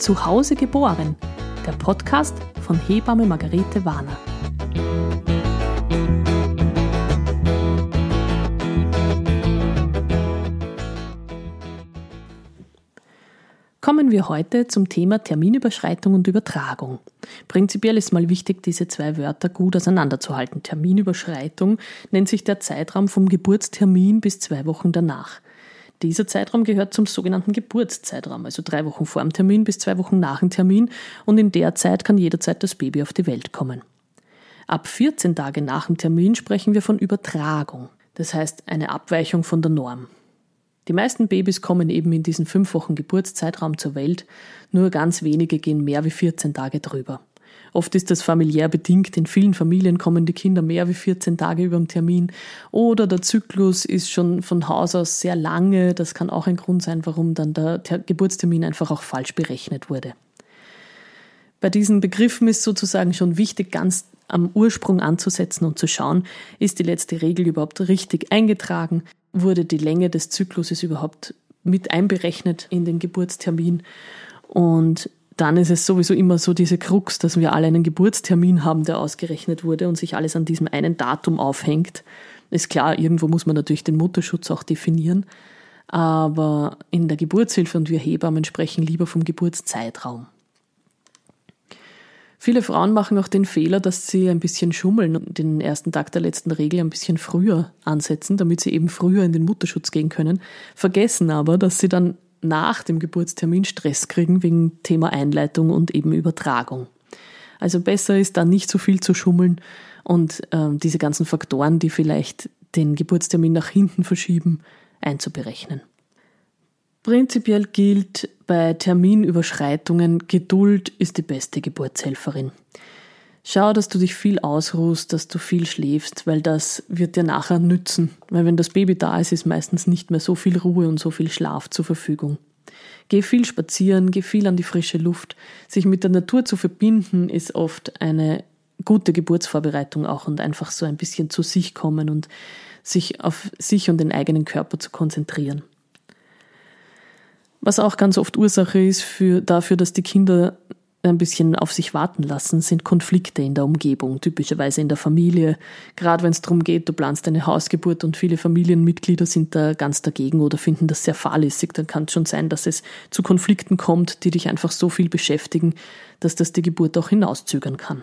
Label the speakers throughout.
Speaker 1: Zu Hause geboren, der Podcast von Hebamme Margarete Warner. Kommen wir heute zum Thema Terminüberschreitung und Übertragung. Prinzipiell ist mal wichtig, diese zwei Wörter gut auseinanderzuhalten. Terminüberschreitung nennt sich der Zeitraum vom Geburtstermin bis 2 Wochen danach. Dieser Zeitraum gehört zum sogenannten Geburtszeitraum, also 3 Wochen vor dem Termin bis 2 Wochen nach dem Termin, und in der Zeit kann jederzeit das Baby auf die Welt kommen. Ab 14 Tage nach dem Termin sprechen wir von Übertragung, das heißt eine Abweichung von der Norm. Die meisten Babys kommen eben in diesen 5 Wochen Geburtszeitraum zur Welt, nur ganz wenige gehen mehr wie 14 Tage drüber. Oft ist das familiär bedingt, in vielen Familien kommen die Kinder mehr wie 14 Tage über dem Termin oder der Zyklus ist schon von Haus aus sehr lange, das kann auch ein Grund sein, warum dann der Geburtstermin einfach auch falsch berechnet wurde. Bei diesen Begriffen ist sozusagen schon wichtig, ganz am Ursprung anzusetzen und zu schauen, ist die letzte Regel überhaupt richtig eingetragen? Wurde die Länge des Zykluses überhaupt mit einberechnet in den Geburtstermin? Und dann ist es sowieso immer so diese Krux, dass wir alle einen Geburtstermin haben, der ausgerechnet wurde und sich alles an diesem einen Datum aufhängt. Ist klar, irgendwo muss man natürlich den Mutterschutz auch definieren, aber in der Geburtshilfe und wir Hebammen sprechen lieber vom Geburtszeitraum. Viele Frauen machen auch den Fehler, dass sie ein bisschen schummeln und den ersten Tag der letzten Regel ein bisschen früher ansetzen, damit sie eben früher in den Mutterschutz gehen können, vergessen aber, dass sie dann nach dem Geburtstermin Stress kriegen wegen Thema Einleitung und eben Übertragung. Also besser ist da nicht so viel zu schummeln und diese ganzen Faktoren, die vielleicht den Geburtstermin nach hinten verschieben, einzuberechnen. Prinzipiell gilt bei Terminüberschreitungen, Geduld ist die beste Geburtshelferin. Schau, dass du dich viel ausruhst, dass du viel schläfst, weil das wird dir nachher nützen. Weil wenn das Baby da ist, ist meistens nicht mehr so viel Ruhe und so viel Schlaf zur Verfügung. Geh viel spazieren, geh viel an die frische Luft. Sich mit der Natur zu verbinden, ist oft eine gute Geburtsvorbereitung auch und einfach so ein bisschen zu sich kommen und sich auf sich und den eigenen Körper zu konzentrieren. Was auch ganz oft Ursache ist dafür, dass die Kinder ein bisschen auf sich warten lassen, sind Konflikte in der Umgebung, typischerweise in der Familie. Gerade wenn es darum geht, du planst eine Hausgeburt und viele Familienmitglieder sind da ganz dagegen oder finden das sehr fahrlässig, dann kann es schon sein, dass es zu Konflikten kommt, die dich einfach so viel beschäftigen, dass das die Geburt auch hinauszögern kann.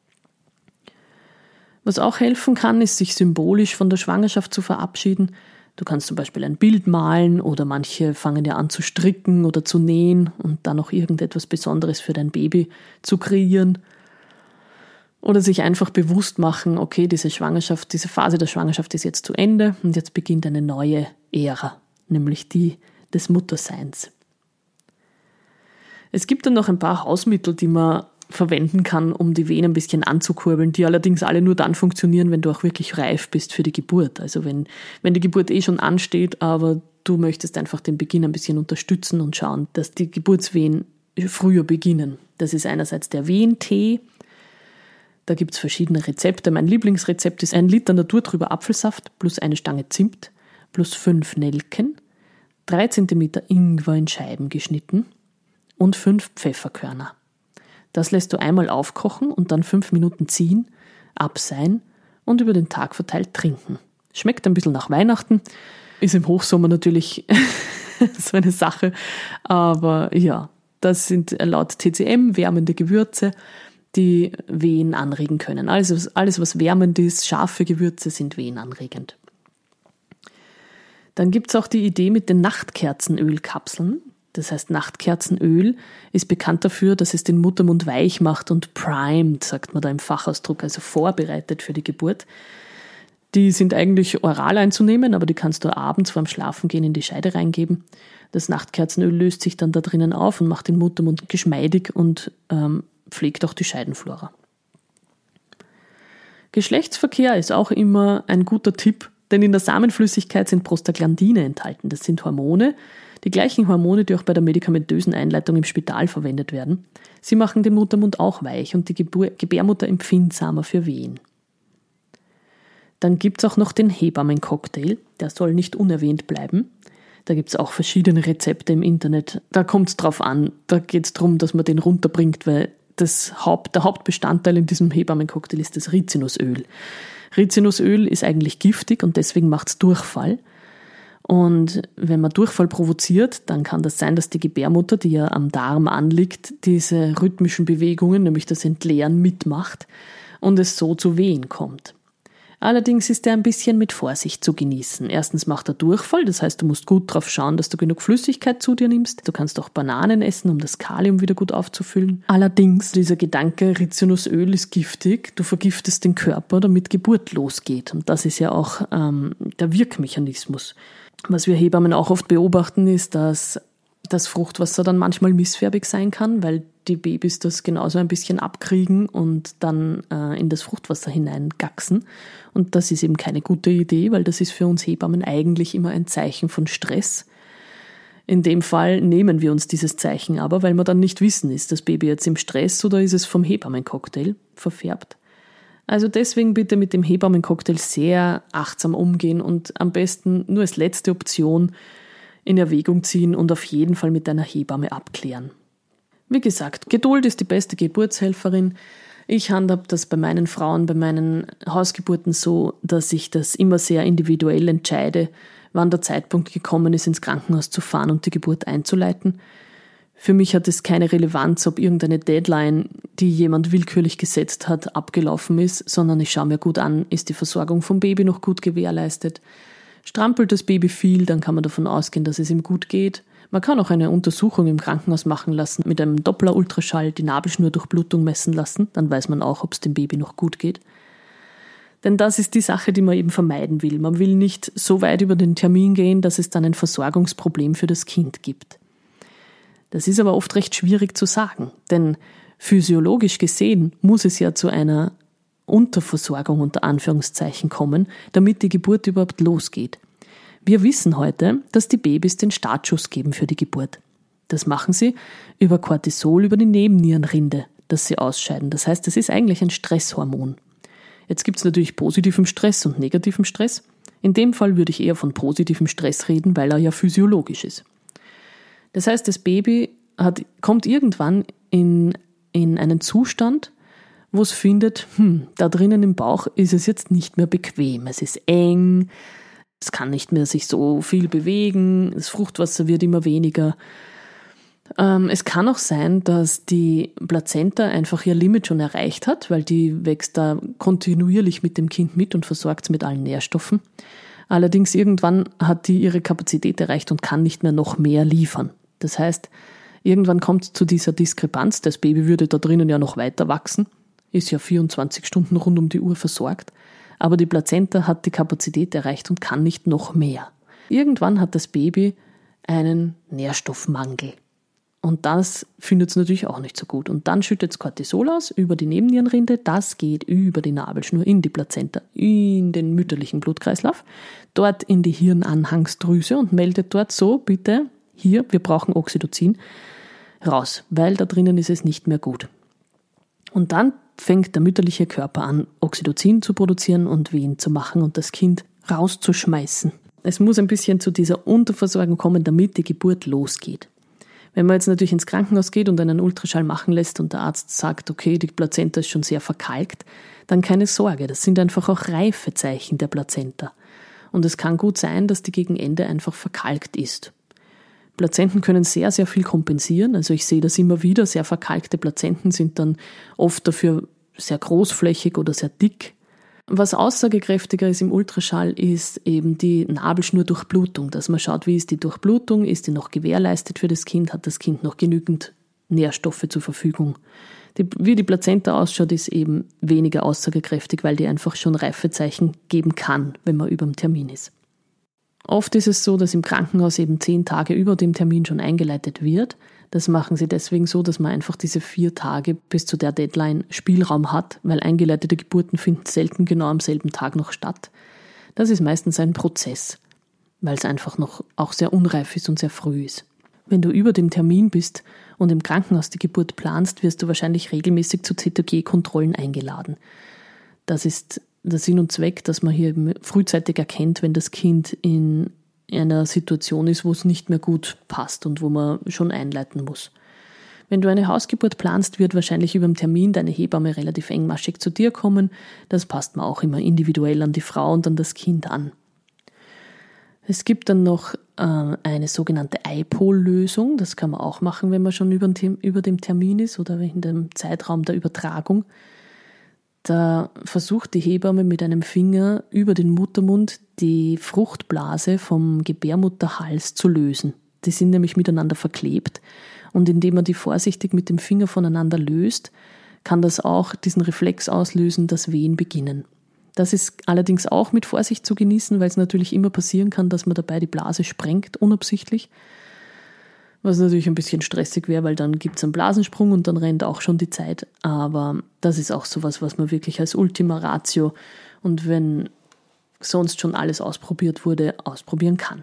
Speaker 1: Was auch helfen kann, ist, sich symbolisch von der Schwangerschaft zu verabschieden. Du kannst zum Beispiel ein Bild malen oder manche fangen ja an zu stricken oder zu nähen und dann noch irgendetwas Besonderes für dein Baby zu kreieren. Oder sich einfach bewusst machen, okay, diese Phase der Schwangerschaft ist jetzt zu Ende und jetzt beginnt eine neue Ära, nämlich die des Mutterseins. Es gibt dann noch ein paar Hausmittel, die man verwenden kann, um die Wehen ein bisschen anzukurbeln, die allerdings alle nur dann funktionieren, wenn du auch wirklich reif bist für die Geburt. Also wenn die Geburt schon ansteht, aber du möchtest einfach den Beginn ein bisschen unterstützen und schauen, dass die Geburtswehen früher beginnen. Das ist einerseits der Wehentee. Da gibt es verschiedene Rezepte. Mein Lieblingsrezept ist 1 Liter naturtrüber Apfelsaft plus eine Stange Zimt plus 5 Nelken, 3 Zentimeter Ingwer in Scheiben geschnitten und 5 Pfefferkörner. Das lässt du einmal aufkochen und dann 5 Minuten ziehen, abseihen und über den Tag verteilt trinken. Schmeckt ein bisschen nach Weihnachten, ist im Hochsommer natürlich so eine Sache, aber ja, das sind laut TCM wärmende Gewürze, die Wehen anregen können. Also alles, was wärmend ist, scharfe Gewürze sind wehenanregend. Dann gibt es auch die Idee mit den Nachtkerzenölkapseln. Das heißt, Nachtkerzenöl ist bekannt dafür, dass es den Muttermund weich macht und primed, sagt man da im Fachausdruck, also vorbereitet für die Geburt. Die sind eigentlich oral einzunehmen, aber die kannst du abends vorm Schlafengehen in die Scheide reingeben. Das Nachtkerzenöl löst sich dann da drinnen auf und macht den Muttermund geschmeidig und pflegt auch die Scheidenflora. Geschlechtsverkehr ist auch immer ein guter Tipp, denn in der Samenflüssigkeit sind Prostaglandine enthalten. Das sind Hormone, die gleichen Hormone, die auch bei der medikamentösen Einleitung im Spital verwendet werden. Sie machen den Muttermund auch weich und die Gebärmutter empfindsamer für Wehen. Dann gibt es auch noch den Hebammencocktail, der soll nicht unerwähnt bleiben. Da gibt es auch verschiedene Rezepte im Internet. Da kommt es drauf an. Da geht es darum, dass man den runterbringt, weil der Hauptbestandteil in diesem Hebammencocktail ist das Rizinusöl. Rizinusöl ist eigentlich giftig und deswegen macht es Durchfall. Und wenn man Durchfall provoziert, dann kann das sein, dass die Gebärmutter, die ja am Darm anliegt, diese rhythmischen Bewegungen, nämlich das Entleeren, mitmacht und es so zu Wehen kommt. Allerdings ist er ein bisschen mit Vorsicht zu genießen. Erstens macht er Durchfall, das heißt, du musst gut darauf schauen, dass du genug Flüssigkeit zu dir nimmst. Du kannst auch Bananen essen, um das Kalium wieder gut aufzufüllen. Allerdings, dieser Gedanke, Rizinusöl ist giftig, du vergiftest den Körper, damit Geburt losgeht. Und das ist ja auch der Wirkmechanismus. Was wir Hebammen auch oft beobachten, ist, dass das Fruchtwasser dann manchmal missfärbig sein kann, weil die Babys das genauso ein bisschen abkriegen und dann in das Fruchtwasser hineingacksen. Und das ist eben keine gute Idee, weil das ist für uns Hebammen eigentlich immer ein Zeichen von Stress. In dem Fall nehmen wir uns dieses Zeichen aber, weil wir dann nicht wissen, ist das Baby jetzt im Stress oder ist es vom Hebammencocktail verfärbt. Also deswegen bitte mit dem Hebammencocktail sehr achtsam umgehen und am besten nur als letzte Option in Erwägung ziehen und auf jeden Fall mit einer Hebamme abklären. Wie gesagt, Geduld ist die beste Geburtshelferin. Ich handhabe das bei meinen Frauen, bei meinen Hausgeburten so, dass ich das immer sehr individuell entscheide, wann der Zeitpunkt gekommen ist, ins Krankenhaus zu fahren und die Geburt einzuleiten. Für mich hat es keine Relevanz, ob irgendeine Deadline, die jemand willkürlich gesetzt hat, abgelaufen ist, sondern ich schaue mir gut an, ist die Versorgung vom Baby noch gut gewährleistet. Strampelt das Baby viel, dann kann man davon ausgehen, dass es ihm gut geht. Man kann auch eine Untersuchung im Krankenhaus machen lassen, mit einem Doppler-Ultraschall die Nabelschnurdurchblutung messen lassen, dann weiß man auch, ob es dem Baby noch gut geht. Denn das ist die Sache, die man eben vermeiden will. Man will nicht so weit über den Termin gehen, dass es dann ein Versorgungsproblem für das Kind gibt. Das ist aber oft recht schwierig zu sagen, denn physiologisch gesehen muss es ja zu einer Unterversorgung unter Anführungszeichen kommen, damit die Geburt überhaupt losgeht. Wir wissen heute, dass die Babys den Startschuss geben für die Geburt. Das machen sie über Cortisol, über die Nebennierenrinde, das sie ausscheiden. Das heißt, das ist eigentlich ein Stresshormon. Jetzt gibt es natürlich positiven Stress und negativen Stress. In dem Fall würde ich eher von positivem Stress reden, weil er ja physiologisch ist. Das heißt, das Baby kommt irgendwann in einen Zustand, wo es findet, da drinnen im Bauch ist es jetzt nicht mehr bequem. Es ist eng, es kann nicht mehr sich so viel bewegen, das Fruchtwasser wird immer weniger. Es kann auch sein, dass die Plazenta einfach ihr Limit schon erreicht hat, weil die wächst da kontinuierlich mit dem Kind mit und versorgt es mit allen Nährstoffen. Allerdings irgendwann hat die ihre Kapazität erreicht und kann nicht mehr noch mehr liefern. Das heißt, irgendwann kommt es zu dieser Diskrepanz, das Baby würde da drinnen ja noch weiter wachsen, ist ja 24 Stunden rund um die Uhr versorgt, aber die Plazenta hat die Kapazität erreicht und kann nicht noch mehr. Irgendwann hat das Baby einen Nährstoffmangel und das findet es natürlich auch nicht so gut. Und dann schüttet es Cortisol aus über die Nebennierenrinde, das geht über die Nabelschnur in die Plazenta, in den mütterlichen Blutkreislauf, dort in die Hirnanhangsdrüse und meldet dort so, bitte, hier, wir brauchen Oxytocin, raus, weil da drinnen ist es nicht mehr gut. Und dann fängt der mütterliche Körper an, Oxytocin zu produzieren und Wehen zu machen und das Kind rauszuschmeißen. Es muss ein bisschen zu dieser Unterversorgung kommen, damit die Geburt losgeht. Wenn man jetzt natürlich ins Krankenhaus geht und einen Ultraschall machen lässt und der Arzt sagt, okay, die Plazenta ist schon sehr verkalkt, dann keine Sorge, das sind einfach auch Reifezeichen der Plazenta. Und es kann gut sein, dass die gegen Ende einfach verkalkt ist. Plazenten können sehr, sehr viel kompensieren. Also ich sehe das immer wieder. Sehr verkalkte Plazenten sind dann oft dafür sehr großflächig oder sehr dick. Was aussagekräftiger ist im Ultraschall, ist eben die Nabelschnurdurchblutung, dass man schaut, wie ist die Durchblutung, ist die noch gewährleistet für das Kind, hat das Kind noch genügend Nährstoffe zur Verfügung. Wie die Plazenta ausschaut, ist eben weniger aussagekräftig, weil die einfach schon Reifezeichen geben kann, wenn man über dem Termin ist. Oft ist es so, dass im Krankenhaus eben 10 Tage über dem Termin schon eingeleitet wird. Das machen sie deswegen so, dass man einfach diese 4 Tage bis zu der Deadline Spielraum hat, weil eingeleitete Geburten finden selten genau am selben Tag noch statt. Das ist meistens ein Prozess, weil es einfach noch auch sehr unreif ist und sehr früh ist. Wenn du über dem Termin bist und im Krankenhaus die Geburt planst, wirst du wahrscheinlich regelmäßig zu ZTG-Kontrollen eingeladen. Das ist der Sinn und Zweck, dass man hier frühzeitig erkennt, wenn das Kind in in einer Situation ist, wo es nicht mehr gut passt und wo man schon einleiten muss. Wenn du eine Hausgeburt planst, wird wahrscheinlich über den Termin deine Hebamme relativ engmaschig zu dir kommen. Das passt man auch immer individuell an die Frau und an das Kind an. Es gibt dann noch eine sogenannte IPOL-Lösung. Das kann man auch machen, wenn man schon über dem Termin ist oder in dem Zeitraum der Übertragung. Da versucht die Hebamme mit einem Finger über den Muttermund die Fruchtblase vom Gebärmutterhals zu lösen. Die sind nämlich miteinander verklebt und indem man die vorsichtig mit dem Finger voneinander löst, kann das auch diesen Reflex auslösen, dass Wehen beginnen. Das ist allerdings auch mit Vorsicht zu genießen, weil es natürlich immer passieren kann, dass man dabei die Blase sprengt, unabsichtlich. Was natürlich ein bisschen stressig wäre, weil dann gibt es einen Blasensprung und dann rennt auch schon die Zeit. Aber das ist auch sowas, was man wirklich als Ultima Ratio und wenn sonst schon alles ausprobiert wurde, ausprobieren kann.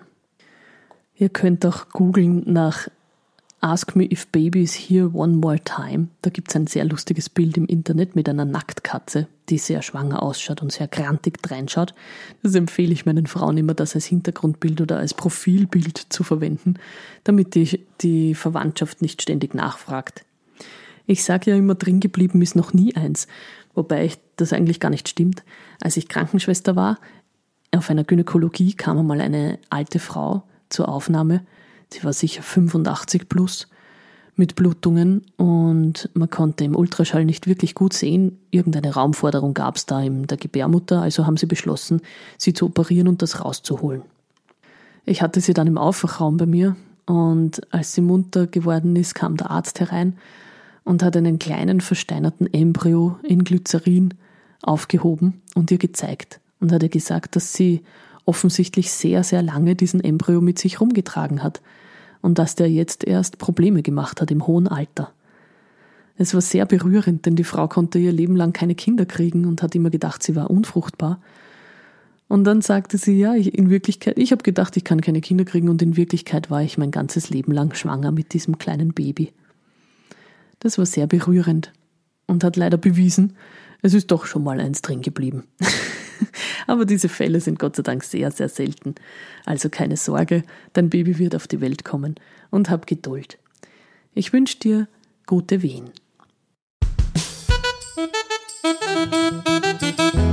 Speaker 1: Ihr könnt auch googeln nach Ask Me If Baby is Here One More Time. Da gibt es ein sehr lustiges Bild im Internet mit einer Nacktkatze, die sehr schwanger ausschaut und sehr grantig reinschaut. Das empfehle ich meinen Frauen immer, das als Hintergrundbild oder als Profilbild zu verwenden, damit die Verwandtschaft nicht ständig nachfragt. Ich sage ja immer, drin geblieben ist noch nie eins, wobei das eigentlich gar nicht stimmt. Als ich Krankenschwester war, auf einer Gynäkologie kam einmal eine alte Frau zur Aufnahme. Sie war sicher 85 plus mit Blutungen und man konnte im Ultraschall nicht wirklich gut sehen. Irgendeine Raumforderung gab es da in der Gebärmutter, also haben sie beschlossen, sie zu operieren und das rauszuholen. Ich hatte sie dann im Aufwachraum bei mir und als sie munter geworden ist, kam der Arzt herein und hat einen kleinen versteinerten Embryo in Glycerin aufgehoben und ihr gezeigt und hat ihr gesagt, dass sie offensichtlich sehr, sehr lange diesen Embryo mit sich rumgetragen hat und dass der jetzt erst Probleme gemacht hat im hohen Alter. Es war sehr berührend, denn die Frau konnte ihr Leben lang keine Kinder kriegen und hat immer gedacht, sie war unfruchtbar. Und dann sagte sie, ja, ich habe gedacht, ich kann keine Kinder kriegen und in Wirklichkeit war ich mein ganzes Leben lang schwanger mit diesem kleinen Baby. Das war sehr berührend und hat leider bewiesen, es ist doch schon mal eins drin geblieben. Aber diese Fälle sind Gott sei Dank sehr, sehr selten. Also keine Sorge, dein Baby wird auf die Welt kommen und hab Geduld. Ich wünsche dir gute Wehen.